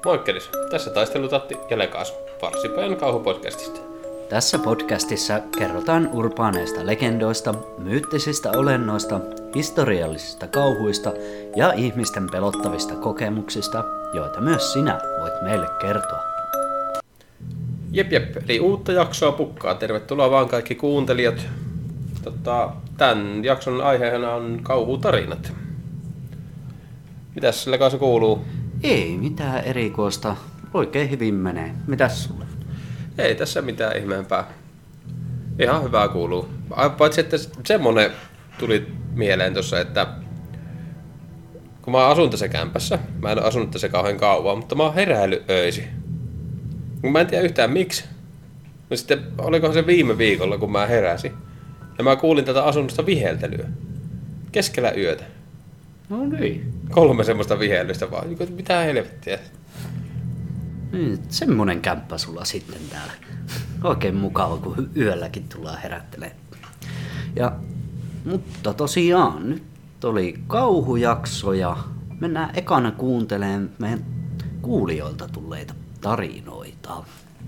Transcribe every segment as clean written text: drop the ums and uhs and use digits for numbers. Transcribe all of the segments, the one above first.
Moikkelis, tässä Taistelutatti ja Lekas, Varsipäin kauhupodcastista. Tässä podcastissa kerrotaan urbaaneista legendoista, myyttisistä olennoista, historiallisista kauhuista ja ihmisten pelottavista kokemuksista, joita myös sinä voit meille kertoa. Jep, eli uutta jaksoa pukkaa. Tervetuloa vaan kaikki kuuntelijat. Tämän jakson aiheena on kauhutarinat. Mitäs Lekas kuuluu? Ei mitään erikoista. Oikein hyvin menee. Mitäs sulle? Ei tässä mitään ihmeempää. Ihan hyvää kuuluu. Paitsi että semmonen tuli mieleen tossa, että kun mä asun tässä kämpässä, mä en ole asunut tässä kauhean kauan, mutta mä oon heräillyt öisin. Mä en tiedä yhtään miksi. No sitten olikohan se viime viikolla, kun mä heräsin. Ja mä kuulin tätä asunnosta viheltelyä. Keskellä yötä. No niin. 3 semmoista vihellystä vaan. Mitä helvettiä. Semmonen kämppä sulla sitten täällä. Oikein mukava, kun yölläkin tullaan herättelemään. Mutta tosiaan, nyt oli kauhujakso ja mennään ekana kuuntelemaan meidän kuulijoilta tulleita tarinoita.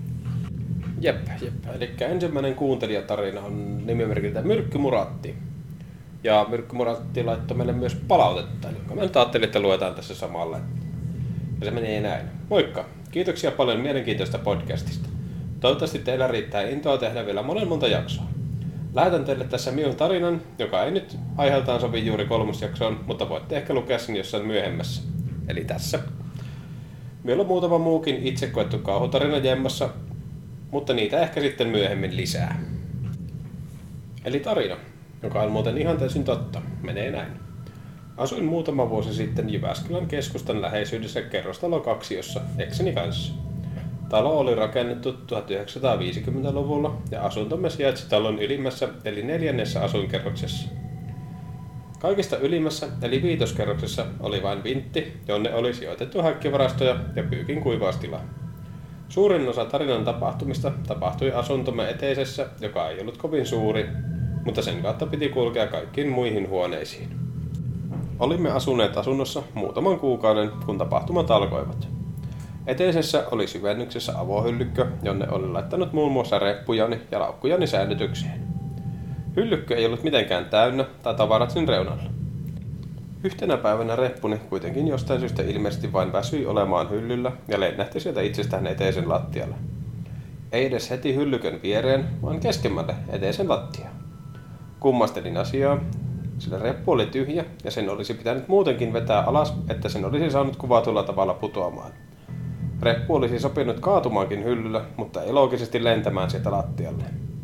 Jep. Eli ensimmäinen kuuntelijatarina on nimimerkiltä Myrkkymuratti. Ja Myrkkymuratti laittoi meille myös palautetta, jonka mä nyt ajattelin, että luetaan tässä samalla. Ja se menee näin. Moikka! Kiitoksia paljon mielenkiintoista podcastista. Toivottavasti teillä riittää intoa tehdä vielä monta jaksoa. Lähetän teille tässä minun tarinan, joka ei nyt aiheeltaan sovi juuri 3. jaksoon, mutta voitte ehkä lukea sen jossain myöhemmässä. Eli tässä. Meillä on muutama muukin itse koettu kauhutarina jemmassa, mutta niitä ehkä sitten myöhemmin lisää. Eli tarina, joka on muuten ihan täysin totta, menee näin. Asuin muutama vuosi sitten Jyväskylän keskustan läheisyydessä kerrostalo-kaksiossa ekseni kanssa. Talo oli rakennettu 1950-luvulla ja asuntomme sijaitsi talon ylimmässä eli 4. asuinkerroksessa. Kaikista ylimmässä eli 5. kerroksessa oli vain vintti, jonne oli sijoitettu häkkivarastoja ja pyykin kuivaustila. Suurin osa tarinan tapahtumista tapahtui asuntomme eteisessä, joka ei ollut kovin suuri, mutta sen kautta piti kulkea kaikkiin muihin huoneisiin. Olimme asuneet asunnossa muutaman kuukauden, kun tapahtumat alkoivat. Eteisessä oli syvennyksessä avohyllykkö, jonne olin laittanut muun muassa reppujani ja laukkujani säilytykseen. Hyllykkö ei ollut mitenkään täynnä tai tavarat sen reunalla. Yhtenä päivänä reppuni kuitenkin jostain syystä ilmeisesti vain väsyi olemaan hyllyllä ja lennähti sieltä itsestään eteisen lattialle. Ei edes heti hyllykön viereen, vaan keskemmälle eteisen lattiaan. Kummastelin asiaa, sillä reppu oli tyhjä ja sen olisi pitänyt muutenkin vetää alas, että sen olisi saanut kuvatulla tavalla putoamaan. Reppu olisi sopinut kaatumaankin hyllyllä, mutta ei loogisesti lentämään sieltä lattialle.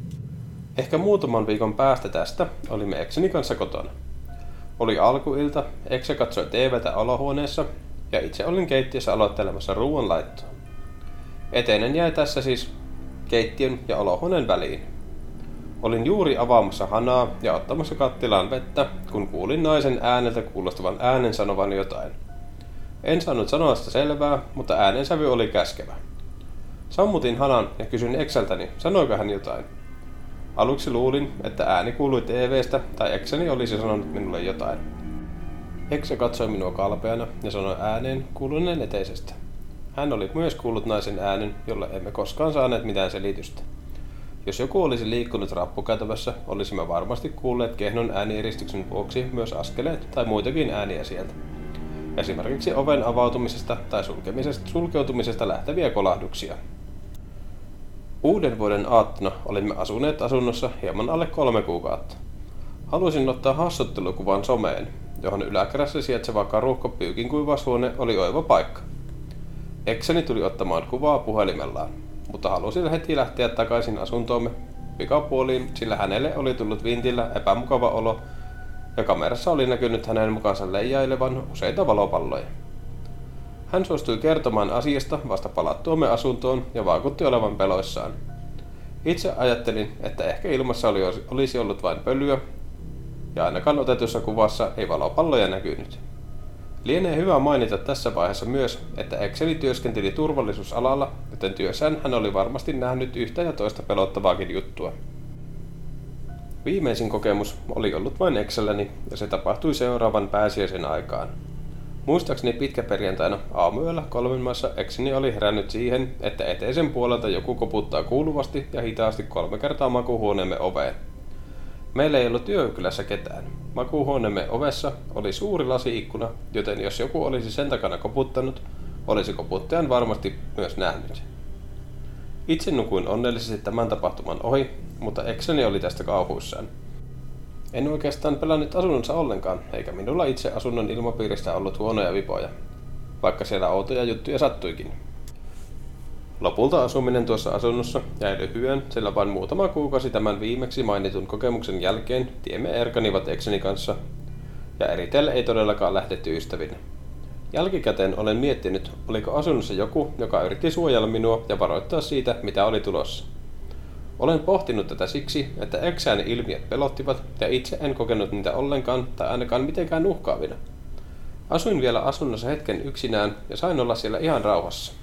Ehkä muutaman viikon päästä tästä olimme ekseni kanssa kotona. Oli alkuilta, eksä katsoi TV:tä olohuoneessa ja itse olin keittiössä aloittelemassa ruoanlaittoa. Eteinen jäi tässä siis keittiön ja olohuoneen väliin. Olin juuri avaamassa hanaa ja ottamassa kattilaan vettä, kun kuulin naisen ääneltä kuulostavan äänen sanovan jotain. En saanut sanoa sitä selvää, mutta äänensävy oli käskevä. Sammutin hanan ja kysyin eksältäni, sanoiko hän jotain. Aluksi luulin, että ääni kuului TV:stä tai eksäni olisi sanonut minulle jotain. Eksä katsoi minua kalpeana ja sanoi ääneen kuuluneen eteisestä. Hän oli myös kuullut naisen äänen, jolle emme koskaan saaneet mitään selitystä. Jos joku olisi liikkunut rappukäytävässä, olisimme varmasti kuulleet kehnon äänieristyksen vuoksi myös askeleet tai muitakin ääniä sieltä. Esimerkiksi oven avautumisesta tai sulkeutumisesta lähteviä kolahduksia. Uuden vuoden aattona olimme asuneet asunnossa hieman alle 3 kuukautta. Halusin ottaa hassuttelukuvan someen, johon yläkerässä sijaitseva karuhko pyykinkuivaushuone oli oiva paikka. Ekseni tuli ottamaan kuvaa puhelimellaan, mutta halusin heti lähteä takaisin asuntoomme pikapuoliin, sillä hänelle oli tullut vintillä epämukava olo ja kamerassa oli näkynyt hänen mukansa leijailevan useita valopalloja. Hän suostui kertomaan asiasta vasta palattuamme asuntoon ja vaikutti olevan peloissaan. Itse ajattelin, että ehkä ilmassa olisi ollut vain pölyä ja ainakaan otetussa kuvassa ei valopalloja näkynyt. Lienee hyvä mainita tässä vaiheessa myös, että ekseni työskenteli turvallisuusalalla, joten työssään hän oli varmasti nähnyt yhtä ja toista pelottavaakin juttua. Viimeisin kokemus oli ollut vain ekselläni ja se tapahtui seuraavan pääsiäisen aikaan. Muistaakseni pitkäperjantaina aamuyöllä 3 maissa ekseni oli herännyt siihen, että eteisen puolelta joku koputtaa kuuluvasti ja hitaasti 3 kertaa makuuhuoneemme oveen. Meillä ei ollut yökylässä ketään. Makuuhuoneemme ovessa oli suuri lasi-ikkuna, joten jos joku olisi sen takana koputtanut, olisi koputtajan varmasti myös nähnyt. Itse nukuin onnellisesti tämän tapahtuman ohi, mutta ekseni oli tästä kauhuissaan. En oikeastaan pelännyt asunnonsa ollenkaan, eikä minulla itse asunnon ilmapiiristä ollut huonoja vipoja, vaikka siellä outoja juttuja sattuikin. Lopulta asuminen tuossa asunnossa jäi lyhyen, sillä vain muutama kuukausi tämän viimeksi mainitun kokemuksen jälkeen tiemme erkanivat ekseni kanssa, ja eritelle ei todellakaan lähdetty ystävinä. Jälkikäteen olen miettinyt, oliko asunnossa joku, joka yritti suojella minua ja varoittaa siitä, mitä oli tulossa. Olen pohtinut tätä siksi, että eksääni ilmiöt pelottivat ja itse en kokenut niitä ollenkaan tai ainakaan mitenkään uhkaavina. Asuin vielä asunnossa hetken yksinään ja sain olla siellä ihan rauhassa.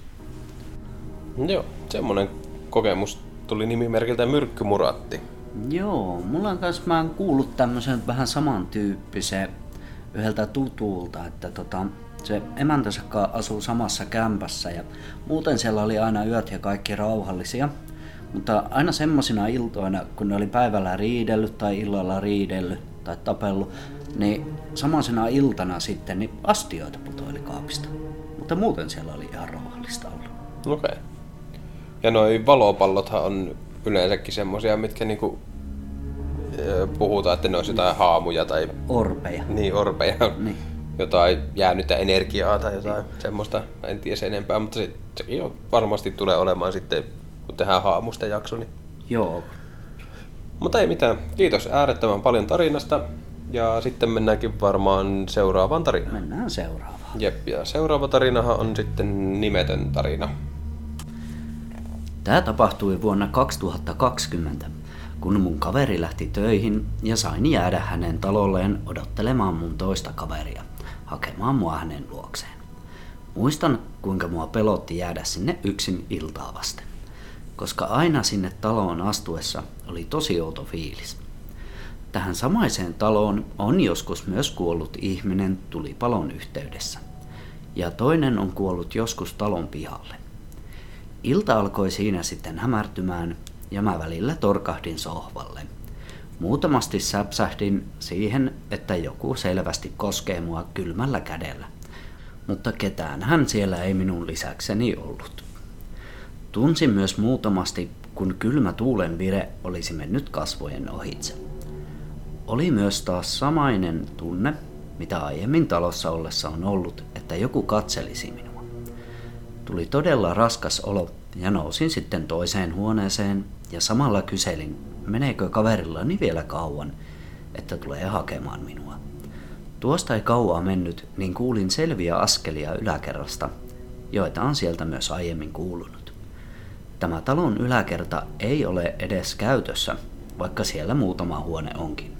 Joo, semmonen kokemus tuli nimimerkiltä Myrkkymuratti. Joo, mulla on kanssa, mä oon kuullut tämmöisen vähän samantyyppisen yhdeltä tutulta, että se emäntänsä asuu samassa kämpässä ja muuten siellä oli aina yöt ja kaikki rauhallisia. Mutta aina semmosina iltoina, kun ne oli päivällä riidellyt tai illalla riidellyt tai tapellut, niin samaisena iltana sitten niin astioita putoili kaapista. Mutta muuten siellä oli ihan rauhallista ollut. Okei. Ja noi valopallothan on yleensäkin semmosia, mitkä niinku puhutaan, että ne olisi jotain haamuja tai... Orpeja. Niin, orpeja. Niin. Jotain jäänyttä energiaa tai jotain semmoista, en tiedä enempää, mutta sekin varmasti tulee olemaan sitten, kun tehdään haamusta jakso. Niin. Joo. Mutta ei mitään. Kiitos äärettömän paljon tarinasta. Ja sitten mennäänkin varmaan seuraavaan tarinaan. Mennään seuraavaan. Jep, ja seuraava tarinahan on sitten nimetön tarina. Tämä tapahtui vuonna 2020, kun mun kaveri lähti töihin ja sain jäädä hänen talolleen odottelemaan mun toista kaveria, hakemaan mua hänen luokseen. Muistan, kuinka mua pelotti jäädä sinne yksin iltaa vasten, koska aina sinne taloon astuessa oli tosi outo fiilis. Tähän samaiseen taloon on joskus myös kuollut ihminen tulipalon yhteydessä, ja toinen on kuollut joskus talon pihalle. Ilta alkoi siinä sitten hämärtymään, ja mä välillä torkahdin sohvalle. Muutamasti säpsähdin siihen, että joku selvästi koskee mua kylmällä kädellä, mutta ketään hän siellä ei minun lisäkseni ollut. Tunsin myös muutamasti, kun kylmä tuulen vire olisi mennyt kasvojen ohitse. Oli myös taas samainen tunne, mitä aiemmin talossa ollessa on ollut, että joku katselisi minua. Tuli todella raskas olo ja nousin sitten toiseen huoneeseen ja samalla kyselin, meneekö kaverillani vielä kauan, että tulee hakemaan minua. Tuosta ei kauaa mennyt, niin kuulin selviä askelia yläkerrasta, joita on sieltä myös aiemmin kuulunut. Tämä talon yläkerta ei ole edes käytössä, vaikka siellä muutama huone onkin.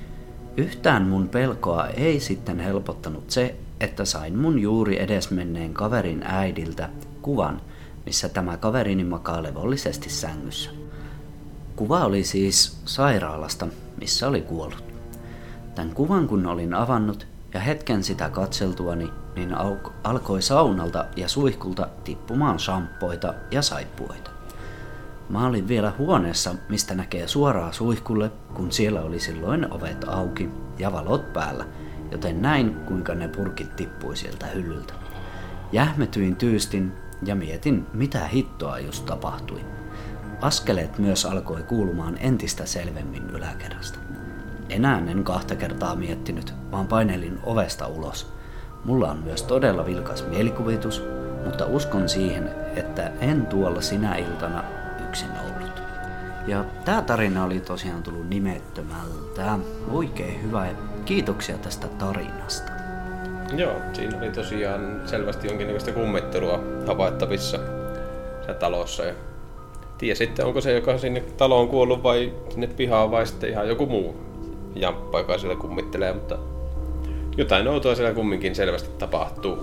Yhtään mun pelkoa ei sitten helpottanut se, että sain mun juuri edesmenneen kaverin äidiltä kuvan, missä tämä kaverini makaa levollisesti sängyssä. Kuva oli siis sairaalasta, missä oli kuollut. Tän kuvan kun olin avannut ja hetken sitä katseltuani, niin alkoi saunalta ja suihkulta tippumaan shamppoita ja saippuoita. Mä olin vielä huoneessa, mistä näkee suoraan suihkulle, kun siellä oli silloin ovet auki ja valot päällä, joten näin kuinka ne purkit tippui sieltä hyllyltä. Jähmetyin tyystin ja mietin, mitä hittoa just tapahtui. Askeleet myös alkoi kuulumaan entistä selvemmin yläkerrasta. Enää en 2 kertaa miettinyt, vaan painelin ovesta ulos. Mulla on myös todella vilkas mielikuvitus, mutta uskon siihen, että en tuolla sinä iltana yksin ollut. Ja tää tarina oli tosiaan tullut nimettömältä. Oikein hyvä ja kiitoksia tästä tarinasta. Joo, siinä oli tosiaan selvästi jonkinnäköistä kummittelua havaittavissa siellä talossa. Ja tiedä sitten, onko se, joka sinne taloon kuollut vai sinne pihaan vai sitten ihan joku muu jamppa, joka siellä kummittelee, mutta jotain outoa siellä kumminkin selvästi tapahtuu.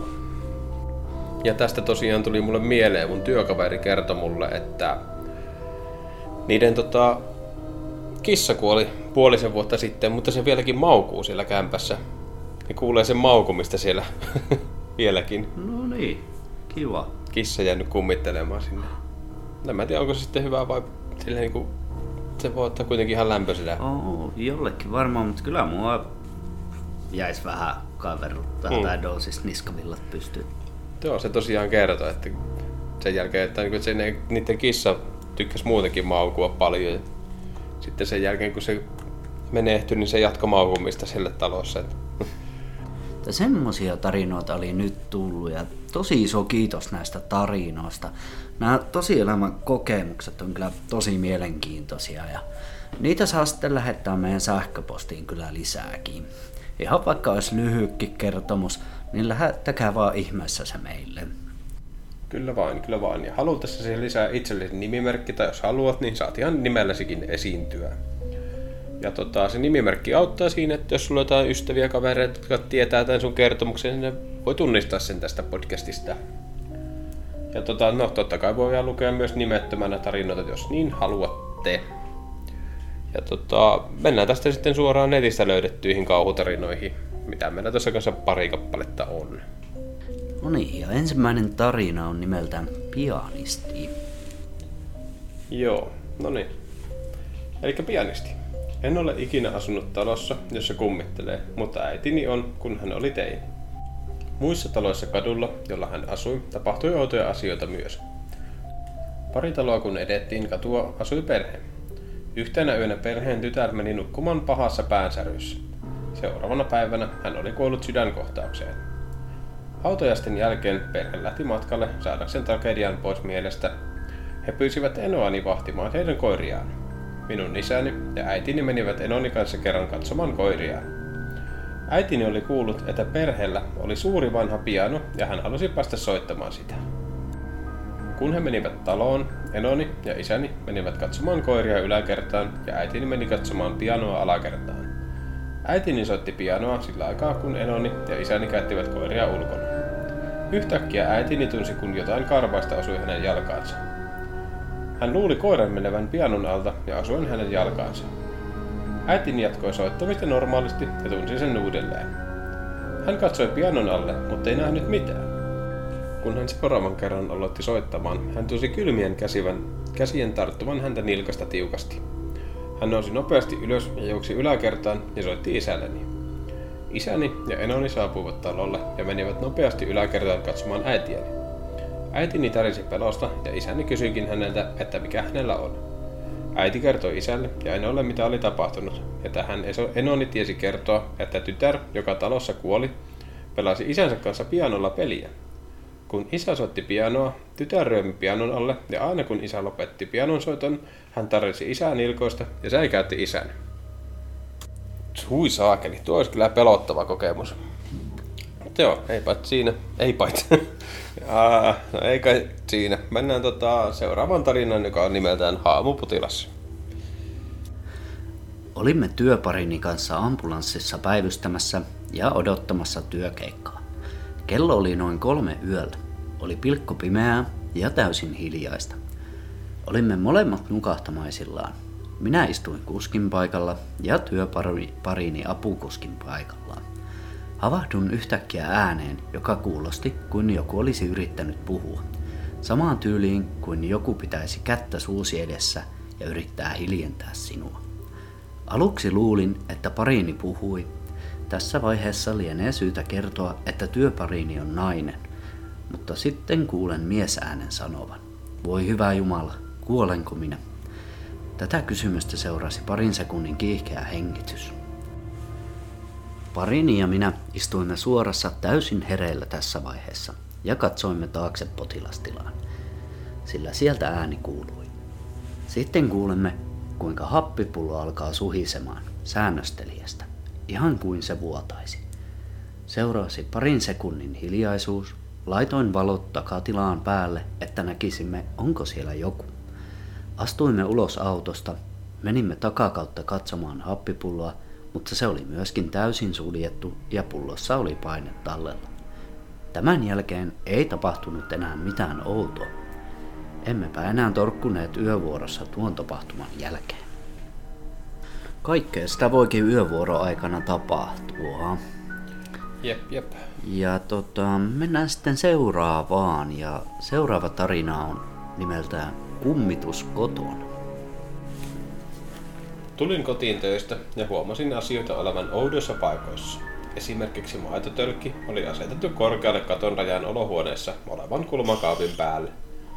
Ja tästä tosiaan tuli mulle mieleen, mun työkaveri kertoi mulle, että niiden kissa kuoli puolisen vuotta sitten, mutta se vieläkin maukuu siellä kämpässä. Ne kuulee sen maukumista siellä vieläkin. No niin, kiva. Kissa jäänyt kummittelemaan sinne. No mä en tiedä, onko se sitten hyvä vai sillä niinku... Se voi ottaa kuitenkin ihan lämpöisenä. Jollekin varmaan, mutta kyllä mua jäisi vähän kaverruttaa tai doosis niskavillat pystyy. Joo, se tosiaan kertoo, että sen jälkeen, että niiden kissa tykkäsi muutenkin maukua paljon. Ja sitten sen jälkeen, kun se menehtyi, niin se jatkoi maukumista sille talossa. Semmoisia tarinoita oli nyt tullut ja tosi iso kiitos näistä tarinoista. Nämä tosielämän kokemukset on kyllä tosi mielenkiintoisia ja niitä saa sitten lähettää meidän sähköpostiin kyllä lisääkin. Ihan vaikka olisi lyhytkin kertomus, niin lähettäkää vaan ihmeessä se meille. Kyllä vain. Ja halutessa siihen lisää itsellesi nimimerkki, tai jos haluat, niin saat ihan nimelläsikin esiintyä. Ja se nimimerkki auttaa siinä, että jos sulla on jotain ystäviä, kavereita, jotka tietää tämän sun kertomuksen, niin ne voi tunnistaa sen tästä podcastista. Ja totta kai voi lukea myös nimettömänä tarinoita, jos niin haluatte. Ja mennään tästä sitten suoraan netistä löydettyihin kauhutarinoihin, mitä meillä tuossa kanssa pari kappaletta on. No niin, ja ensimmäinen tarina on nimeltään Pianisti. Joo, no niin. Elikkä pianisti. En ole ikinä asunut talossa, jossa kummittelee, mutta äitini on, kun hän oli teini. Muissa taloissa kadulla, jolla hän asui, tapahtui outoja asioita myös. Pari taloa kun edettiin katua, asui perhe. Yhtenä yönä perheen tytär meni nukkumaan pahassa päänsäryssä. Seuraavana päivänä hän oli kuollut sydänkohtaukseen. Hautajaisten jälkeen perhe lähti matkalle saadakseen tragedian pois mielestä. He pyysivät enoani vahtimaan heidän koiriaan. Minun isäni ja äitini menivät enoni kanssa kerran katsomaan koiriaan. Äitini oli kuullut, että perheellä oli suuri vanha piano ja hän halusi päästä soittamaan sitä. Kun he menivät taloon, enoni ja isäni menivät katsomaan koiria yläkertaan ja äitini meni katsomaan pianoa alakertaan. Äitini soitti pianoa sillä aikaa, kun enoni ja isäni käyttivät koiria ulkona. Yhtäkkiä äitini tunsi, kun jotain karvaista osui hänen jalkaansa. Hän luuli koiran menevän pianon alta ja osuen hänen jalkaansa. Äitini jatkoi soittamista normaalisti ja tunsi sen uudelleen. Hän katsoi pianon alle, mutta ei nähnyt mitään. Kun hän seuraavan kerran aloitti soittamaan, hän tunsi kylmien käsien tarttuvan häntä nilkasta tiukasti. Hän nousi nopeasti ylös ja juoksi yläkertaan ja soitti isälleni. Isäni ja enoni saapuivat talolle ja menivät nopeasti yläkertaan katsomaan äitiäni. Äitini tärisi pelosta ja isäni kysyikin häneltä, että mikä hänellä on. Äiti kertoi isälle ja enolle mitä oli tapahtunut, ja tähän enoni tiesi kertoa, että tytär, joka talossa kuoli, pelasi isänsä kanssa pianolla peliä. Kun isä soitti pianoa, tytär ryömi pianon alle ja aina kun isä lopetti pianon soiton, hän tarvitsi isää nilkoista ja säikäytti isän. Hui saakeli, tuo olisi kyllä pelottava kokemus. Mutta joo, eipä siinä. No ei kai siinä. Mennään seuraavaan tarinaan, joka on nimeltään Haamupotilas. Olimme työparini kanssa ambulanssissa päivystämässä ja odottamassa työkeikkaa. Kello oli noin 3 yöllä. Oli pilkkopimeää ja täysin hiljaista. Olimme molemmat nukahtamaisillaan. Minä istuin kuskin paikalla ja työparini apukuskin paikallaan. Havahdun yhtäkkiä ääneen, joka kuulosti kuin joku olisi yrittänyt puhua. Samaan tyyliin kuin joku pitäisi kättä suusi edessä ja yrittää hiljentää sinua. Aluksi luulin, että parini puhui. Tässä vaiheessa lienee syytä kertoa, että työparini on nainen. Mutta sitten kuulen miesäänen sanovan. Voi hyvä Jumala, kuolenko minä? Tätä kysymystä seurasi parin sekunnin kiihkeä hengitys. Parini ja minä istuimme suorassa täysin hereillä tässä vaiheessa ja katsoimme taakse potilastilaan, sillä sieltä ääni kuului. Sitten kuulemme, kuinka happipullo alkaa suhisemaan säännöstelijästä, ihan kuin se vuotaisi. Seurasi parin sekunnin hiljaisuus, laitoin valot takatilaan päälle, että näkisimme, onko siellä joku. Astuimme ulos autosta, menimme takakautta katsomaan happipulloa, mutta se oli myöskin täysin suljettu ja pullossa oli paine tallella. Tämän jälkeen ei tapahtunut enää mitään outoa. Emmepä enää torkkuneet yövuorossa tuon tapahtuman jälkeen. Kaikkea sitä voikin yövuoroaikana tapahtua. Jep. Ja mennään sitten seuraavaan. Ja seuraava tarina on nimeltään Kummitus kotona. Tulin kotiin töistä ja huomasin asioita olevan oudoissa paikoissa. Esimerkiksi maitotölkki oli asetettu korkealle katon rajan olohuoneessa olevan kulmakaapin päälle.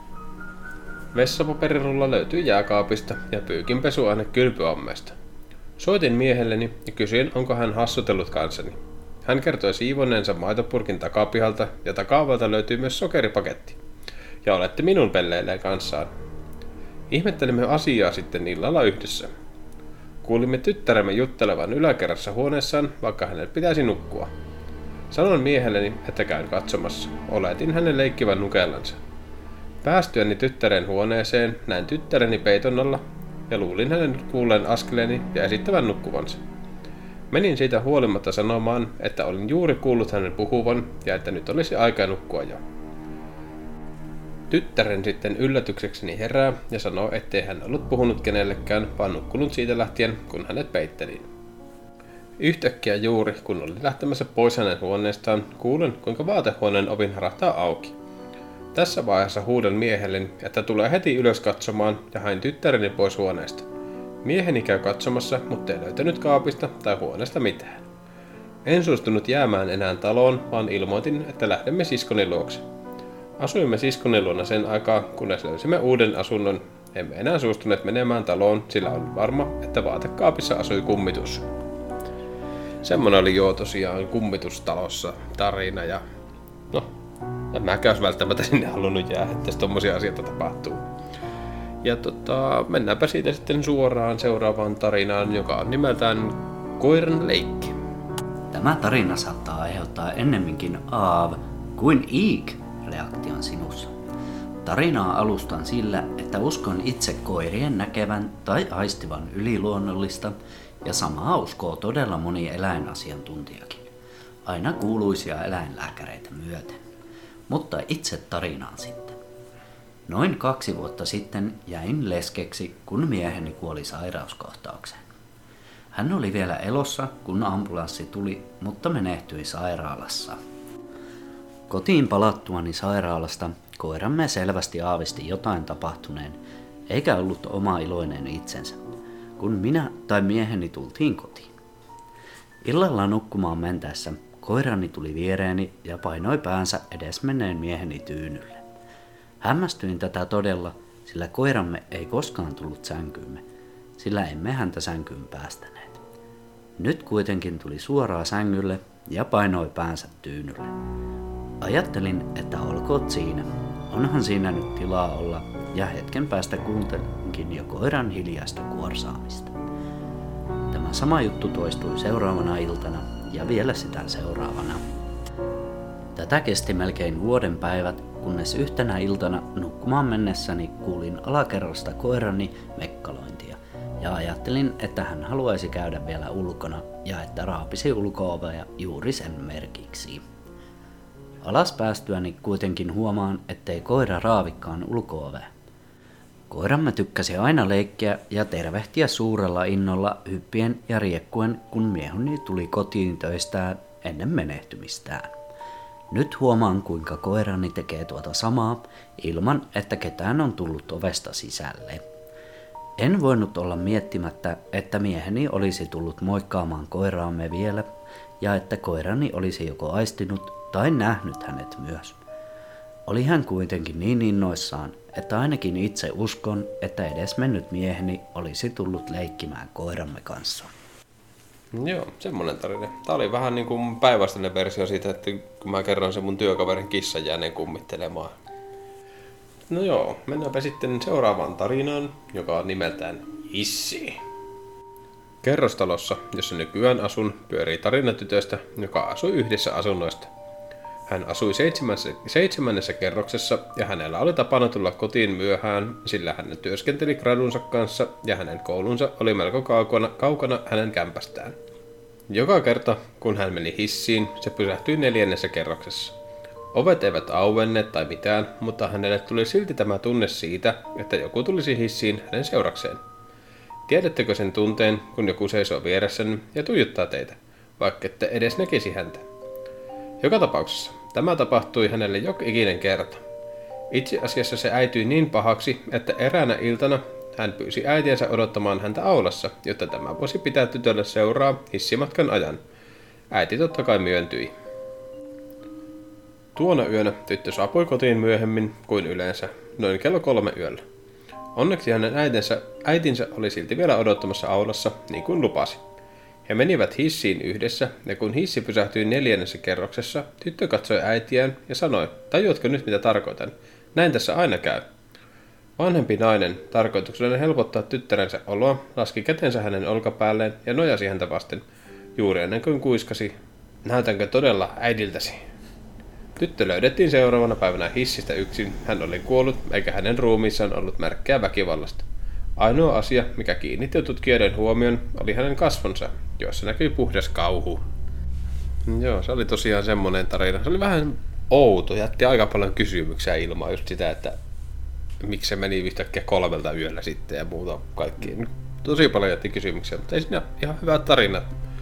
Vessapaperirulla löytyi jääkaapista ja pyykinpesuaine kylpyammeesta. Soitin miehelleni ja kysyin, onko hän hassutellut kanssani. Hän kertoi siivonneensa maitopurkin takapihalta ja takaavalta löytyi myös sokeripaketti. Ja olette minun pelleilleen kanssaan. Ihmettelimme asiaa sitten illalla yhdessä. Kuulimme tyttäremme juttelevan yläkerrassa huoneessaan, vaikka hänelle pitäisi nukkua. Sanoin miehelleni, että käyn katsomassa. Oletin hänen leikkivän nukellansa. Päästyäni tyttären huoneeseen näin tyttäreni peiton alla ja luulin hänen kuulleen askeleeni ja esittävän nukkuvansa. Menin siitä huolimatta sanomaan, että olin juuri kuullut hänen puhuvan ja että nyt olisi aika nukkua jo. Tyttären sitten yllätyksekseni herää ja sanoo, ettei hän ollut puhunut kenellekään, vaan nukkunut siitä lähtien, kun hänet peittelin. Yhtäkkiä juuri, kun olin lähtemässä pois hänen huoneestaan, kuulen, kuinka vaatehuoneen ovin harahtaa auki. Tässä vaiheessa huudan miehelleni, että tulee heti ylös katsomaan ja hain tyttäreni pois huoneesta. Mieheni käy katsomassa, mutta ei löytänyt kaapista tai huoneesta mitään. En suostunut jäämään enää taloon, vaan ilmoitin, että lähdemme siskoni luokse. Asuimme siskoni luona sen aikaa, kunnes löysimme uuden asunnon. Emme enää suostuneet menemään taloon, sillä oli varma, että vaatekaapissa asui kummitus. Semmonen oli jo tosiaan kummitustalossa tarina ja en mäkään olisi välttämättä sinne halunnut jäädä, että tommosia asioita tapahtuu. Ja mennäänpä siitä sitten suoraan seuraavaan tarinaan, joka on nimeltään Koiran leikki. Tämä tarina saattaa aiheuttaa ennemminkin aav kuin iik-reaktion sinussa. Tarinaa alustan sillä, että uskon itse koirien näkevän tai aistivan yliluonnollista, ja samaa uskoo todella moni eläinasiantuntijakin, aina kuuluisia eläinlääkäreitä myöten. Mutta itse tarinaan sitten. Noin 2 vuotta sitten jäin leskeksi, kun mieheni kuoli sairauskohtaukseen. Hän oli vielä elossa, kun ambulanssi tuli, mutta menehtyi sairaalassa. Kotiin palattuani sairaalasta koiramme selvästi aavisti jotain tapahtuneen, eikä ollut oma iloinen itsensä, kun minä tai mieheni tultiin kotiin. Illalla nukkumaan mentäessä koirani tuli viereeni ja painoi päänsä edesmenneen mieheni tyynylle. Hämmästyin tätä todella, sillä koiramme ei koskaan tullut sänkyymme, sillä emme häntä sänkyyn päästäneet. Nyt kuitenkin tuli suoraan sängylle ja painoi päänsä tyynylle. Ajattelin, että olkoot siinä, onhan siinä nyt tilaa olla, ja hetken päästä kuuntelinkin jo koiran hiljaista kuorsaamista. Tämä sama juttu toistui seuraavana iltana ja vielä sitä seuraavana. Tätä kesti melkein vuoden päivät, kunnes yhtenä iltana nukkumaan mennessäni kuulin alakerrasta koirani mekkalointia ja ajattelin, että hän haluaisi käydä vielä ulkona ja että raapisi ulko-ovea juuri sen merkiksi. Alas päästyäni kuitenkin huomaan, ettei koira raavikkaan ulko-ovea. Koiramme tykkäsi aina leikkiä ja tervehtiä suurella innolla hyppien ja riekkuen, kun mieheni tuli kotiin töistään ennen menehtymistään. Nyt huomaan, kuinka koirani tekee tuota samaa ilman, että ketään on tullut ovesta sisälle. En voinut olla miettimättä, että mieheni olisi tullut moikkaamaan koiraamme vielä ja että koirani olisi joko aistinut tai nähnyt hänet myös. Oli hän kuitenkin niin innoissaan, että ainakin itse uskon, että edesmennyt mieheni olisi tullut leikkimään koiramme kanssa. Joo, semmonen tarina. Tää oli vähän niin kuin päinvastainen versio siitä, että kun mä kerron sen mun työkaverin kissan jääneen kummittelemaan. No joo, mennäänpä sitten seuraavaan tarinaan, joka on nimeltään Hissi. Kerrostalossa, jossa nykyään asun, pyörii tarina tytöstä, joka asui yhdessä asunnoista. Hän asui 7. kerroksessa ja hänellä oli tapana tulla kotiin myöhään, sillä hän työskenteli gradunsa kanssa ja hänen koulunsa oli melko kaukana hänen kämpästään. Joka kerta, kun hän meni hissiin, se pysähtyi 4. kerroksessa. Ovet eivät auenneet tai mitään, mutta hänelle tuli silti tämä tunne siitä, että joku tulisi hissiin hänen seurakseen. Tiedättekö sen tunteen, kun joku seisoo vieressäni ja tuijottaa teitä, vaikka ette edes näkisi häntä? Joka tapauksessa tämä tapahtui hänelle joka ikinen kerta. Itse asiassa se äityi niin pahaksi, että eräänä iltana hän pyysi äitiänsä odottamaan häntä aulassa, jotta tämä voisi pitää tytölle seuraa hissimatkan ajan. Äiti totta kai myöntyi. Tuona yönä tyttö saapui kotiin myöhemmin kuin yleensä, noin kello 3 yöllä. Onneksi hänen äitinsä oli silti vielä odottamassa aulassa, niin kuin lupasi. He menivät hissiin yhdessä, ja kun hissi pysähtyi 4. kerroksessa, tyttö katsoi äitiään ja sanoi, tajuatko nyt mitä tarkoitan? Näin tässä aina käy. Vanhempi nainen, tarkoituksena helpottaa tyttärensä oloa, laski kätensä hänen olkapäälleen ja nojasi häntä vasten, juuri ennen kuin kuiskasi, näytänkö todella äidiltäsi? Tyttö löydettiin seuraavana päivänä hissistä yksin, hän oli kuollut eikä hänen ruumiissaan ollut märkkejä väkivallasta. Ainoa asia, mikä kiinnitti tutkijoiden huomion, oli hänen kasvonsa, jossa näkyi puhdas kauhu. Joo, se oli tosiaan semmoinen tarina. Se oli vähän outo, jätti aika paljon kysymyksiä ilmaan just sitä, että miksi se meni yhtäkkiä 3 yöllä sitten ja muuta kaikkia. Tosi paljon jätti kysymyksiä, mutta ei siinä ihan hyvä tarina.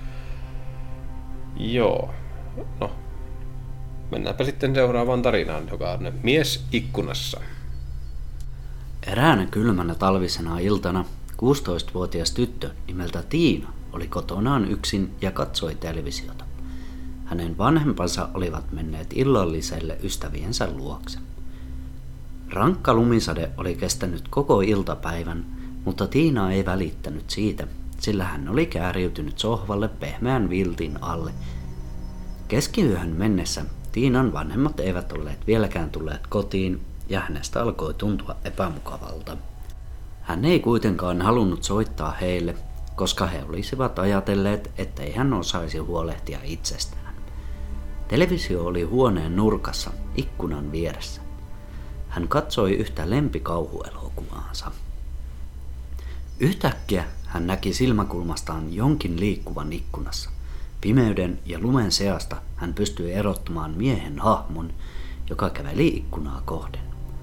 Joo, no. Mennäänpä sitten seuraavaan tarinaan, joka on Mies ikkunassa. Eräänä kylmänä talvisena iltana 16-vuotias tyttö nimeltä Tiina oli kotonaan yksin ja katsoi televisiota. Hänen vanhempansa olivat menneet illalliselle ystäviensä luokse. Rankka lumisade oli kestänyt koko iltapäivän, mutta Tiina ei välittänyt siitä, sillä hän oli kääriytynyt sohvalle pehmeän viltin alle. Keskiyöhön mennessä Tiinan vanhemmat eivät olleet vieläkään tulleet kotiin ja hänestä alkoi tuntua epämukavalta. Hän ei kuitenkaan halunnut soittaa heille, koska he olisivat ajatelleet, ettei hän osaisi huolehtia itsestään. Televisio oli huoneen nurkassa, ikkunan vieressä. Hän katsoi yhtä lempikauhuelokuvaansa. Yhtäkkiä hän näki silmäkulmastaan jonkin liikkuvan ikkunassa. Pimeyden ja lumen seasta hän pystyi erottamaan miehen hahmon, joka käveli ikkunaa kohden.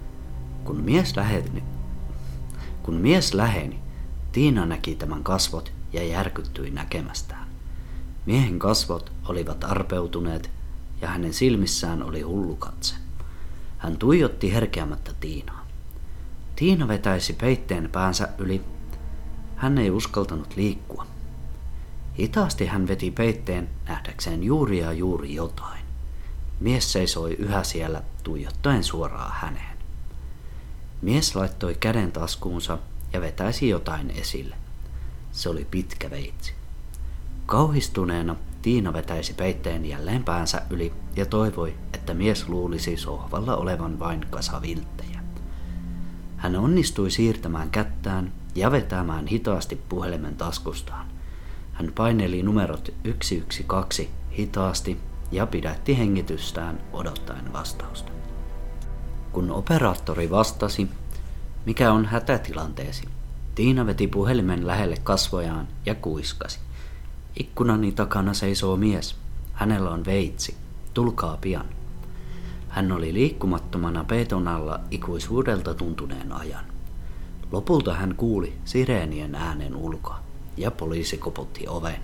Kun mies läheni, Tiina näki tämän kasvot ja järkyttyi näkemästään. Miehen kasvot olivat arpeutuneet ja hänen silmissään oli hullu katse. Hän tuijotti herkeämättä Tiinaa. Tiina vetäisi peitteen päänsä yli. Hän ei uskaltanut liikkua. Hitaasti hän veti peitteen nähdäkseen juuri ja juuri jotain. Mies seisoi yhä siellä tuijottaen suoraan häneen. Mies laittoi käden taskuunsa ja vetäisi jotain esille. Se oli pitkä veitsi. Kauhistuneena Tiina vetäisi peitteen jälleen päänsä yli ja toivoi, että mies luulisi sohvalla olevan vain kasa vilttejä. Hän onnistui siirtämään kättään ja vetämään hitaasti puhelimen taskustaan. Hän paineli numerot 112 hitaasti ja pidätti hengitystään odottaen vastausta. Kun operaattori vastasi, mikä on hätätilanteesi, Tiina veti puhelimen lähelle kasvojaan ja kuiskasi. Ikkunani takana seisoo mies. Hänellä on veitsi. Tulkaa pian. Hän oli liikkumattomana peiton alla ikuisuudelta tuntuneen ajan. Lopulta hän kuuli sireenien äänen ulkoa ja poliisi koputti oven.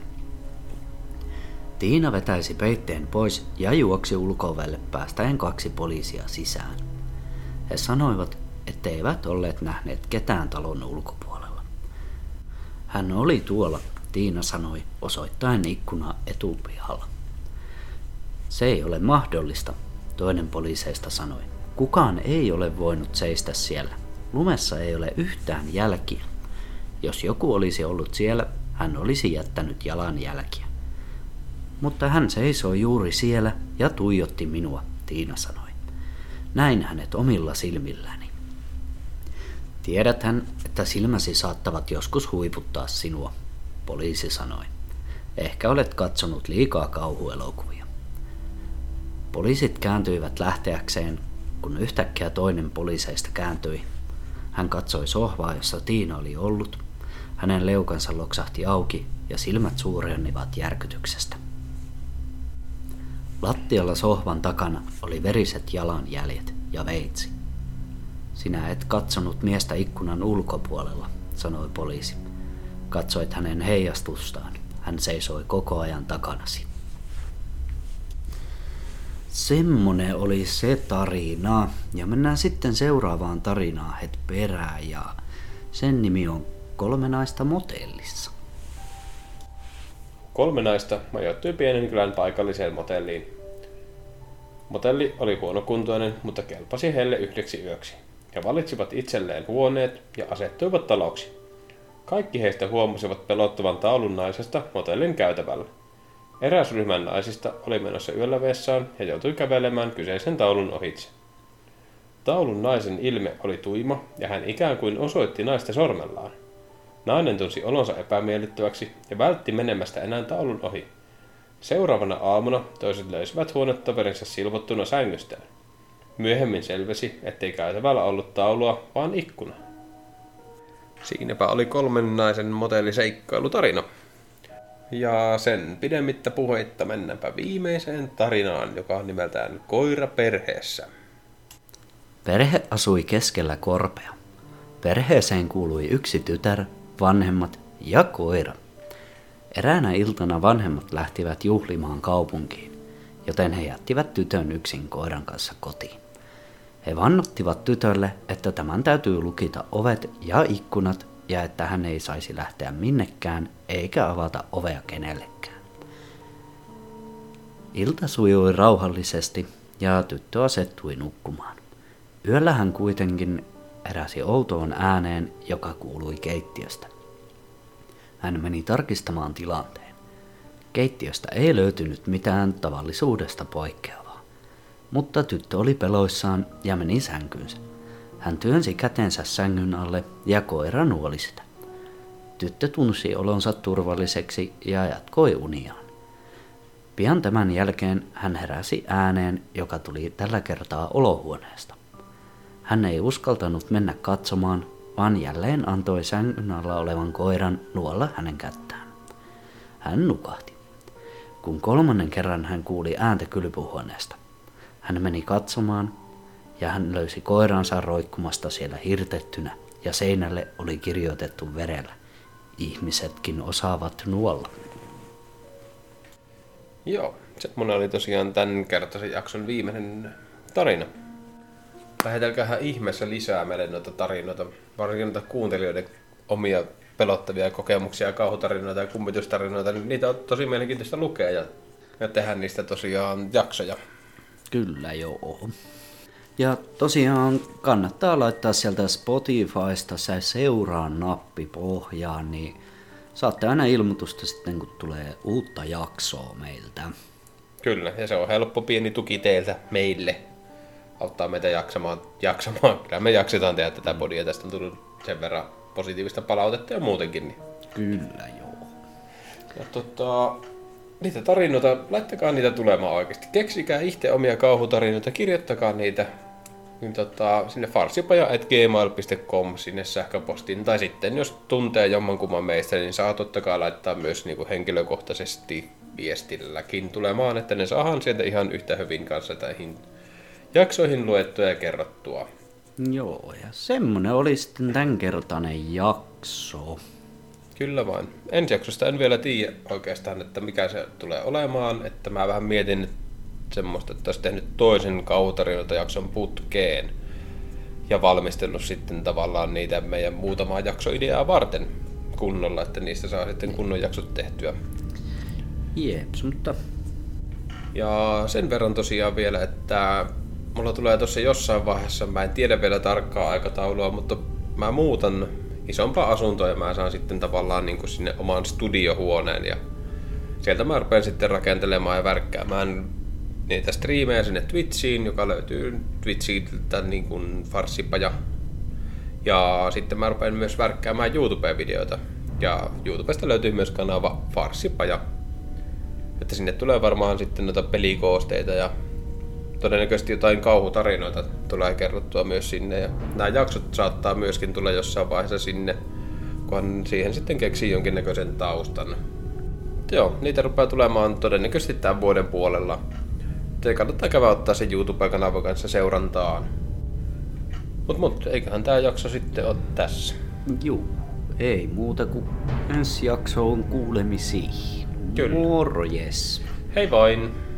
Tiina vetäisi peitteen pois ja juoksi ulko-ovelle päästäen 2 poliisia sisään. He sanoivat, etteivät olleet nähneet ketään talon ulkopuolella. Hän oli tuolla, Tiina sanoi osoittaen ikkunaa etupihalla. Se ei ole mahdollista, toinen poliiseista sanoi. Kukaan ei ole voinut seistä siellä. Lumessa ei ole yhtään jälkiä. Jos joku olisi ollut siellä, hän olisi jättänyt jalanjälkiä. Mutta hän seisoi juuri siellä ja tuijotti minua, Tiina sanoi. Näin hänet omilla silmilläni. Tiedäthän, että silmäsi saattavat joskus huiputtaa sinua, poliisi sanoi. Ehkä olet katsonut liikaa kauhuelokuvia. Poliisit kääntyivät lähteäkseen, kun yhtäkkiä toinen poliiseista kääntyi. Hän katsoi sohvaa, jossa Tiina oli ollut. Hänen leukansa loksahti auki ja silmät suurennivat järkytyksestä. Lattialla sohvan takana oli veriset jalanjäljet ja veitsi. Sinä et katsonut miestä ikkunan ulkopuolella, sanoi poliisi. Katsoit hänen heijastustaan. Hän seisoi koko ajan takanasi. Semmonen oli se tarina. Ja mennään sitten seuraavaan tarinaan het perään. Ja sen nimi on 3 naista motellissa. 3 naista majoittui pienen kylän paikalliseen motelliin. Motelli oli huonokuntoinen, mutta kelpasi heille 1 yöksi. He valitsivat itselleen huoneet ja asettuivat taloksi. Kaikki heistä huomasivat pelottavan taulun naisesta motellin käytävällä. Eräs ryhmän naisista oli menossa yöllä vessaan ja joutui kävelemään kyseisen taulun ohitse. Taulun naisen ilme oli tuima ja hän ikään kuin osoitti naista sormellaan. Nainen tunsi olonsa epämiellyttäväksi ja vältti menemästä enää taulun ohi. Seuraavana aamuna toiset löysivät huonetoverinsa silvottuna sängystään. Myöhemmin selvisi, ettei käytävällä ollut taulua, vaan ikkuna. Siinäpä oli 3 naisen motelliseikkailutarina. Ja sen pidemmittä puheitta mennäänpä viimeiseen tarinaan, joka on nimeltään Koira perheessä. Perhe asui keskellä korpea. Perheeseen kuului 1 tytär, vanhemmat ja koira. Eräänä iltana vanhemmat lähtivät juhlimaan kaupunkiin, joten he jättivät tytön yksin koiran kanssa kotiin. He vannottivat tytölle, että tämän täytyy lukita ovet ja ikkunat ja että hän ei saisi lähteä minnekään eikä avata ovea kenellekään. Ilta sujui rauhallisesti ja tyttö asettui nukkumaan. Yöllä hän kuitenkin heräsi outoon ääneen, joka kuului keittiöstä. Hän meni tarkistamaan tilanteen. Keittiöstä ei löytynyt mitään tavallisuudesta poikkeavaa, mutta tyttö oli peloissaan ja meni sänkyynsä. Hän työnsi kätensä sängyn alle ja koira nuoli sitä. Tyttö tunsi olonsa turvalliseksi ja jatkoi uniaan. Pian tämän jälkeen hän heräsi ääneen, joka tuli tällä kertaa olohuoneesta. Hän ei uskaltanut mennä katsomaan, vaan jälleen antoi sängyn alla olevan koiran nuolla hänen kättään. Hän nukahti. Kun 3. kerran hän kuuli ääntä kylpyhuoneesta. Hän meni katsomaan ja hän löysi koiransa roikkumasta siellä hirtettynä ja seinälle oli kirjoitettu verellä. Ihmisetkin osaavat nuolla. Joo, semmonen oli tosiaan tämän kertaisen jakson viimeinen tarina. Lähetelkäähän ihmeessä lisää meille noita tarinoita, varsinkin noita kuuntelijoiden omia pelottavia kokemuksia ja kauhutarinoita ja kummitustarinoita, niin niitä on tosi mielenkiintoista lukea ja tehdä niistä tosiaan jaksoja. Kyllä joo. Ja tosiaan kannattaa laittaa sieltä Spotifysta se seuraa nappi pohjaan, niin saatte aina ilmoitusta sitten, kun tulee uutta jaksoa meiltä. Kyllä, ja se on helppo pieni tuki teiltä meille. Auttaa meitä jaksamaan. Kyllä me jaksetaan tehdä tätä podia. Tästä on tullut sen verran positiivista palautetta ja muutenkin. Niin. Kyllä joo. Ja niitä tarinoita, laittakaa niitä tulemaan oikeasti. Keksikää itse omia kauhutarinoita, kirjoittakaa niitä niin sinne farsipaja@gmail.com sinne sähköpostiin. Tai sitten jos tuntee jommankumman meistä, niin saa totta kai laittaa myös niinku henkilökohtaisesti viestilläkin tulemaan, että ne saadaan sieltä ihan yhtä hyvin kanssa näihin jaksoihin luettua ja kerrottua. Joo, ja semmonen oli sitten tämänkertainen jakso. Kyllä vain. Ensi jaksosta en vielä tiedä oikeastaan, että mikä se tulee olemaan. Että mä vähän mietin semmoista, että olisi tehnyt toisen kauhutarinoita jakson putkeen. Ja valmistellut sitten tavallaan niitä meidän muutamaa jaksoideaa varten kunnolla, että niistä saa sitten kunnon jaksot tehtyä. Jeps, mutta... Ja sen verran tosiaan vielä, että mulla tulee tuossa jossain vaiheessa, mä en tiedä vielä tarkkaa aikataulua, mutta mä muutan isompaa asuntoa ja mä saan sitten tavallaan niin kuin sinne omaan studiohuoneen ja sieltä mä rupean sitten rakentelemaan ja värkkäämään niitä striimejä sinne Twitchiin, joka löytyy Twitchiltä niin kuin Farsipaja. Ja sitten mä rupean myös värkkäämään YouTube-videoita ja YouTubesta löytyy myös kanava Farsipaja. Että sinne tulee varmaan sitten noita pelikoosteita ja todennäköisesti jotain kauhutarinoita tulee kerrottua myös sinne. Ja nämä jaksot saattaa myöskin tulla jossain vaiheessa sinne, kunhan siihen sitten keksii jonkinnäköisen taustan. Joo, niitä rupeaa tulemaan todennäköisesti tämän vuoden puolella. Te kannattaa käydä ottaa se YouTube-kanavan kanssa seurantaan. Mut, eiköhän tää jakso sitten ole tässä. Juu, ei muuta kuin ensi jakso on kuulemisiin. Kyllä. Morjes. Hei vain!